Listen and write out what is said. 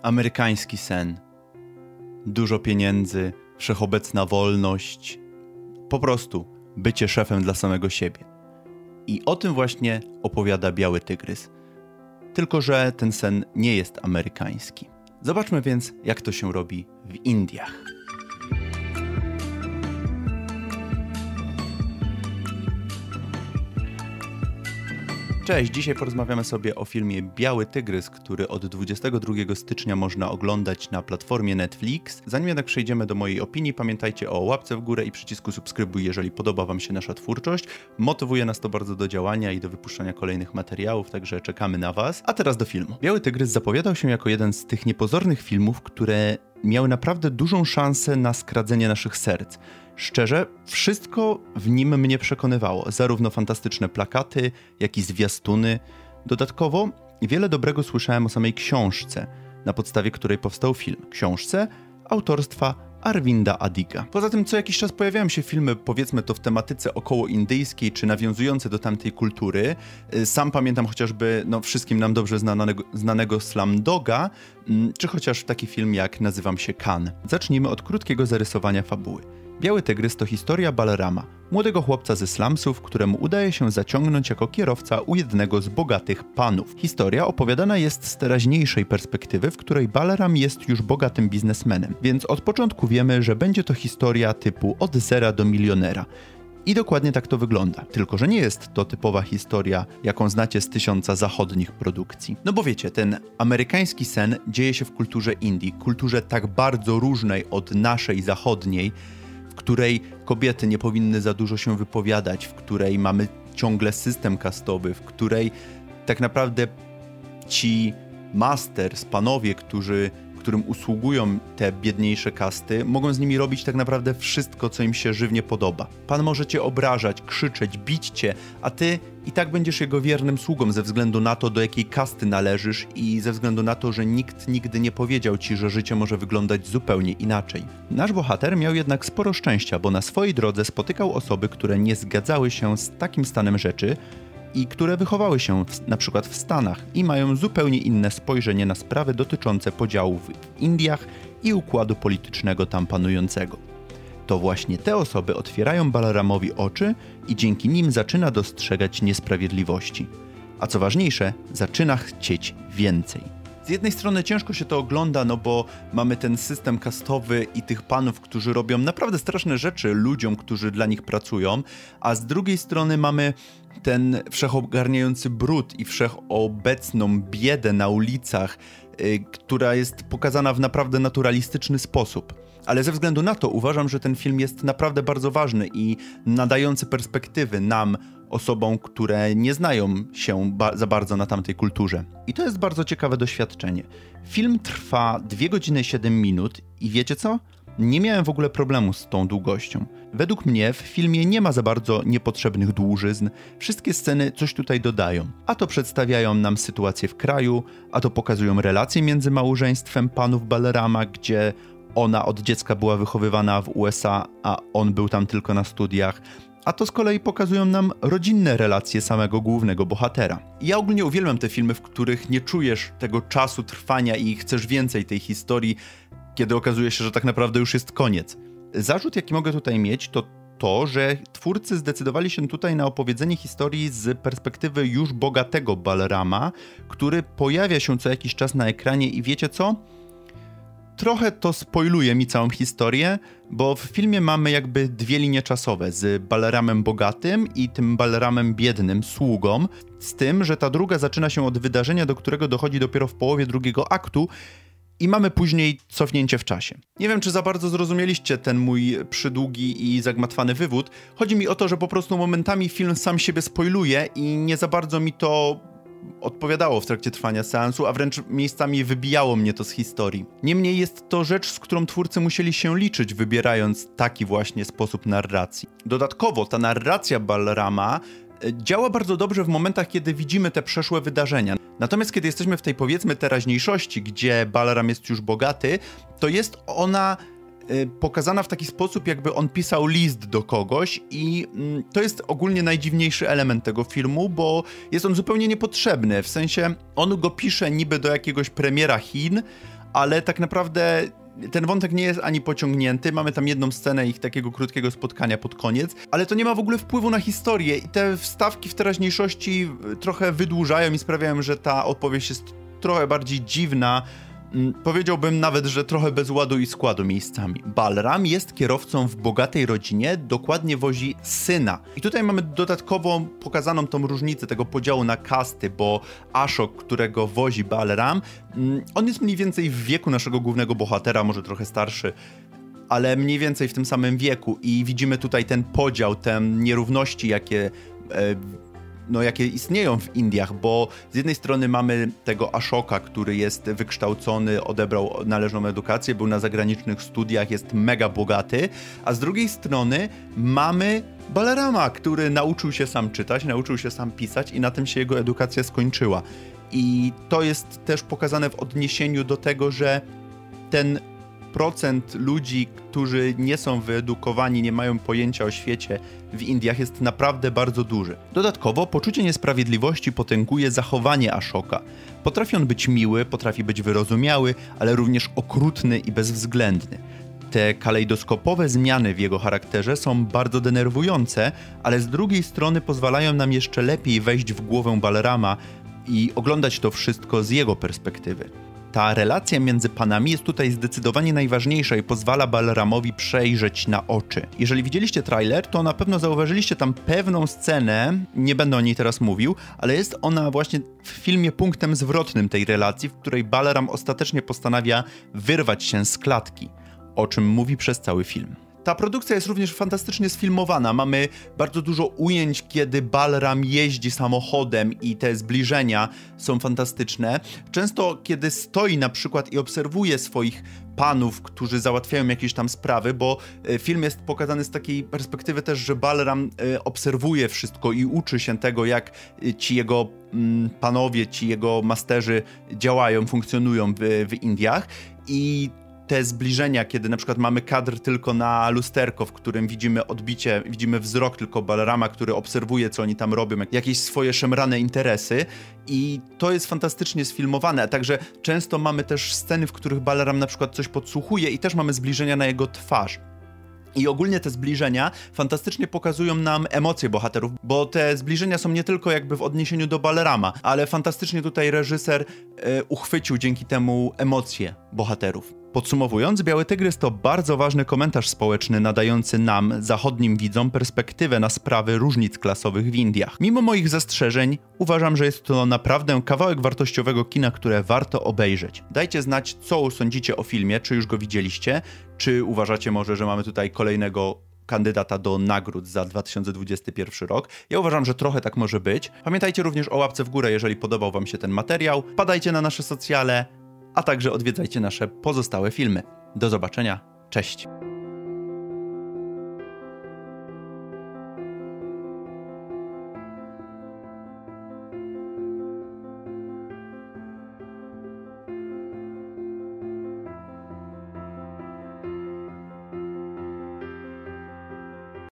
Amerykański sen. Dużo pieniędzy, wszechobecna wolność. Po prostu bycie szefem dla samego siebie. I o tym właśnie opowiada Biały Tygrys. Tylko że ten sen nie jest amerykański. Zobaczmy więc, jak to się robi w Indiach. Cześć, dzisiaj porozmawiamy sobie o filmie Biały Tygrys, który od 22 stycznia można oglądać na platformie Netflix. Zanim jednak przejdziemy do mojej opinii, pamiętajcie o łapce w górę i przycisku subskrybuj, jeżeli podoba Wam się nasza twórczość. Motywuje nas to bardzo do działania i do wypuszczania kolejnych materiałów, także czekamy na Was. A teraz do filmu. Biały Tygrys zapowiadał się jako jeden z tych niepozornych filmów, które miały naprawdę dużą szansę na skradzenie naszych serc. Szczerze, wszystko w nim mnie przekonywało, zarówno fantastyczne plakaty, jak i zwiastuny. Dodatkowo wiele dobrego słyszałem o samej książce, na podstawie której powstał film. Książce autorstwa Arvinda Adiga. Poza tym co jakiś czas pojawiają się filmy, powiedzmy to w tematyce okołoindyjskiej, czy nawiązujące do tamtej kultury. Sam pamiętam chociażby wszystkim nam dobrze znanego Slumdoga, czy chociaż taki film jak Nazywam się Khan. Zacznijmy od krótkiego zarysowania fabuły. Biały Tygrys to historia Balarama, młodego chłopca ze slumsów, któremu udaje się zaciągnąć jako kierowca u jednego z bogatych panów. Historia opowiadana jest z teraźniejszej perspektywy, w której Balaram jest już bogatym biznesmenem, więc od początku wiemy, że będzie to historia typu od zera do milionera. I dokładnie tak to wygląda. Tylko że nie jest to typowa historia, jaką znacie z 1000 zachodnich produkcji. No bo wiecie, ten amerykański sen dzieje się w kulturze Indii, kulturze tak bardzo różnej od naszej zachodniej, w której kobiety nie powinny za dużo się wypowiadać, w której mamy ciągle system kastowy, w której tak naprawdę ci masters, panowie, którym usługują te biedniejsze kasty, mogą z nimi robić tak naprawdę wszystko, co im się żywnie podoba. Pan może cię obrażać, krzyczeć, bić cię, a ty i tak będziesz jego wiernym sługą ze względu na to, do jakiej kasty należysz i ze względu na to, że nikt nigdy nie powiedział ci, że życie może wyglądać zupełnie inaczej. Nasz bohater miał jednak sporo szczęścia, bo na swojej drodze spotykał osoby, które nie zgadzały się z takim stanem rzeczy, i które wychowały się na przykład w Stanach i mają zupełnie inne spojrzenie na sprawy dotyczące podziałów w Indiach i układu politycznego tam panującego. To właśnie te osoby otwierają Balaramowi oczy i dzięki nim zaczyna dostrzegać niesprawiedliwości. A co ważniejsze, zaczyna chcieć więcej. Z jednej strony ciężko się to ogląda, bo mamy ten system kastowy i tych panów, którzy robią naprawdę straszne rzeczy ludziom, którzy dla nich pracują, a z drugiej strony mamy ten wszechogarniający brud i wszechobecną biedę na ulicach, która jest pokazana w naprawdę naturalistyczny sposób. Ale ze względu na to uważam, że ten film jest naprawdę bardzo ważny i nadający perspektywy nam, osobom, które nie znają się za bardzo na tamtej kulturze. I to jest bardzo ciekawe doświadczenie. Film trwa 2 godziny 7 minut i wiecie co? Nie miałem w ogóle problemu z tą długością. Według mnie w filmie nie ma za bardzo niepotrzebnych dłużyzn, wszystkie sceny coś tutaj dodają. A to przedstawiają nam sytuację w kraju, a to pokazują relacje między małżeństwem panów Balarama, gdzie ona od dziecka była wychowywana w USA, a on był tam tylko na studiach. A to z kolei pokazują nam rodzinne relacje samego głównego bohatera. Ja ogólnie uwielbiam te filmy, w których nie czujesz tego czasu trwania i chcesz więcej tej historii, kiedy okazuje się, że tak naprawdę już jest koniec. Zarzut, jaki mogę tutaj mieć, to to, że twórcy zdecydowali się tutaj na opowiedzenie historii z perspektywy już bogatego Balarama, który pojawia się co jakiś czas na ekranie i wiecie co? Trochę to spoiluje mi całą historię, bo w filmie mamy jakby 2 linie czasowe z Balaramem bogatym i tym Balaramem biednym, sługą, z tym, że ta druga zaczyna się od wydarzenia, do którego dochodzi dopiero w połowie drugiego aktu i mamy później cofnięcie w czasie. Nie wiem, czy za bardzo zrozumieliście ten mój przydługi i zagmatwany wywód. Chodzi mi o to, że po prostu momentami film sam siebie spoiluje i nie za bardzo mi to odpowiadało w trakcie trwania seansu, a wręcz miejscami wybijało mnie to z historii. Niemniej jest to rzecz, z którą twórcy musieli się liczyć, wybierając taki właśnie sposób narracji. Dodatkowo ta narracja Balarama działa bardzo dobrze w momentach, kiedy widzimy te przeszłe wydarzenia. Natomiast kiedy jesteśmy w tej, powiedzmy, teraźniejszości, gdzie Balaram jest już bogaty, to jest ona pokazana w taki sposób, jakby on pisał list do kogoś i to jest ogólnie najdziwniejszy element tego filmu, bo jest on zupełnie niepotrzebny, w sensie on go pisze niby do jakiegoś premiera Chin, ale tak naprawdę ten wątek nie jest ani pociągnięty, mamy tam jedną scenę ich takiego krótkiego spotkania pod koniec, ale to nie ma w ogóle wpływu na historię i te wstawki w teraźniejszości trochę wydłużają i sprawiają, że ta opowieść jest trochę bardziej dziwna. Powiedziałbym nawet, że trochę bez ładu i składu miejscami. Balram jest kierowcą w bogatej rodzinie, dokładnie wozi syna. I tutaj mamy dodatkowo pokazaną tą różnicę tego podziału na kasty, bo Ashok, którego wozi Balram, on jest mniej więcej w wieku naszego głównego bohatera, może trochę starszy, ale mniej więcej w tym samym wieku i widzimy tutaj ten podział, te nierówności, jakie istnieją w Indiach, bo z jednej strony mamy tego Ashoka, który jest wykształcony, odebrał należną edukację, był na zagranicznych studiach, jest mega bogaty, a z drugiej strony mamy Balarama, który nauczył się sam czytać, nauczył się sam pisać i na tym się jego edukacja skończyła. I to jest też pokazane w odniesieniu do tego, że ten procent ludzi, którzy nie są wyedukowani, nie mają pojęcia o świecie w Indiach jest naprawdę bardzo duży. Dodatkowo poczucie niesprawiedliwości potęguje zachowanie Ashoka. Potrafi on być miły, potrafi być wyrozumiały, ale również okrutny i bezwzględny. Te kalejdoskopowe zmiany w jego charakterze są bardzo denerwujące, ale z drugiej strony pozwalają nam jeszcze lepiej wejść w głowę Balarama i oglądać to wszystko z jego perspektywy. Ta relacja między panami jest tutaj zdecydowanie najważniejsza i pozwala Balaramowi przejrzeć na oczy. Jeżeli widzieliście trailer, to na pewno zauważyliście tam pewną scenę, nie będę o niej teraz mówił, ale jest ona właśnie w filmie punktem zwrotnym tej relacji, w której Balaram ostatecznie postanawia wyrwać się z klatki, o czym mówi przez cały film. Ta produkcja jest również fantastycznie sfilmowana. Mamy bardzo dużo ujęć, kiedy Balram jeździ samochodem i te zbliżenia są fantastyczne. Często, kiedy stoi na przykład i obserwuje swoich panów, którzy załatwiają jakieś tam sprawy, bo film jest pokazany z takiej perspektywy też, że Balram obserwuje wszystko i uczy się tego, jak ci jego panowie, ci jego masterzy działają, funkcjonują w Indiach i te zbliżenia, kiedy na przykład mamy kadr tylko na lusterko, w którym widzimy odbicie, widzimy wzrok tylko Balarama, który obserwuje, co oni tam robią, jakieś swoje szemrane interesy i to jest fantastycznie sfilmowane, a także często mamy też sceny, w których Balaram na przykład coś podsłuchuje i też mamy zbliżenia na jego twarz. I ogólnie te zbliżenia fantastycznie pokazują nam emocje bohaterów, bo te zbliżenia są nie tylko jakby w odniesieniu do Balarama, ale fantastycznie tutaj reżyser uchwycił dzięki temu emocje bohaterów. Podsumowując, Biały Tygrys to bardzo ważny komentarz społeczny nadający nam, zachodnim widzom, perspektywę na sprawy różnic klasowych w Indiach. Mimo moich zastrzeżeń, uważam, że jest to naprawdę kawałek wartościowego kina, które warto obejrzeć. Dajcie znać, co sądzicie o filmie, czy już go widzieliście, czy uważacie może, że mamy tutaj kolejnego kandydata do nagród za 2021 rok. Ja uważam, że trochę tak może być. Pamiętajcie również o łapce w górę, jeżeli podobał wam się ten materiał. Wpadajcie na nasze socjale, a także odwiedzajcie nasze pozostałe filmy. Do zobaczenia, cześć!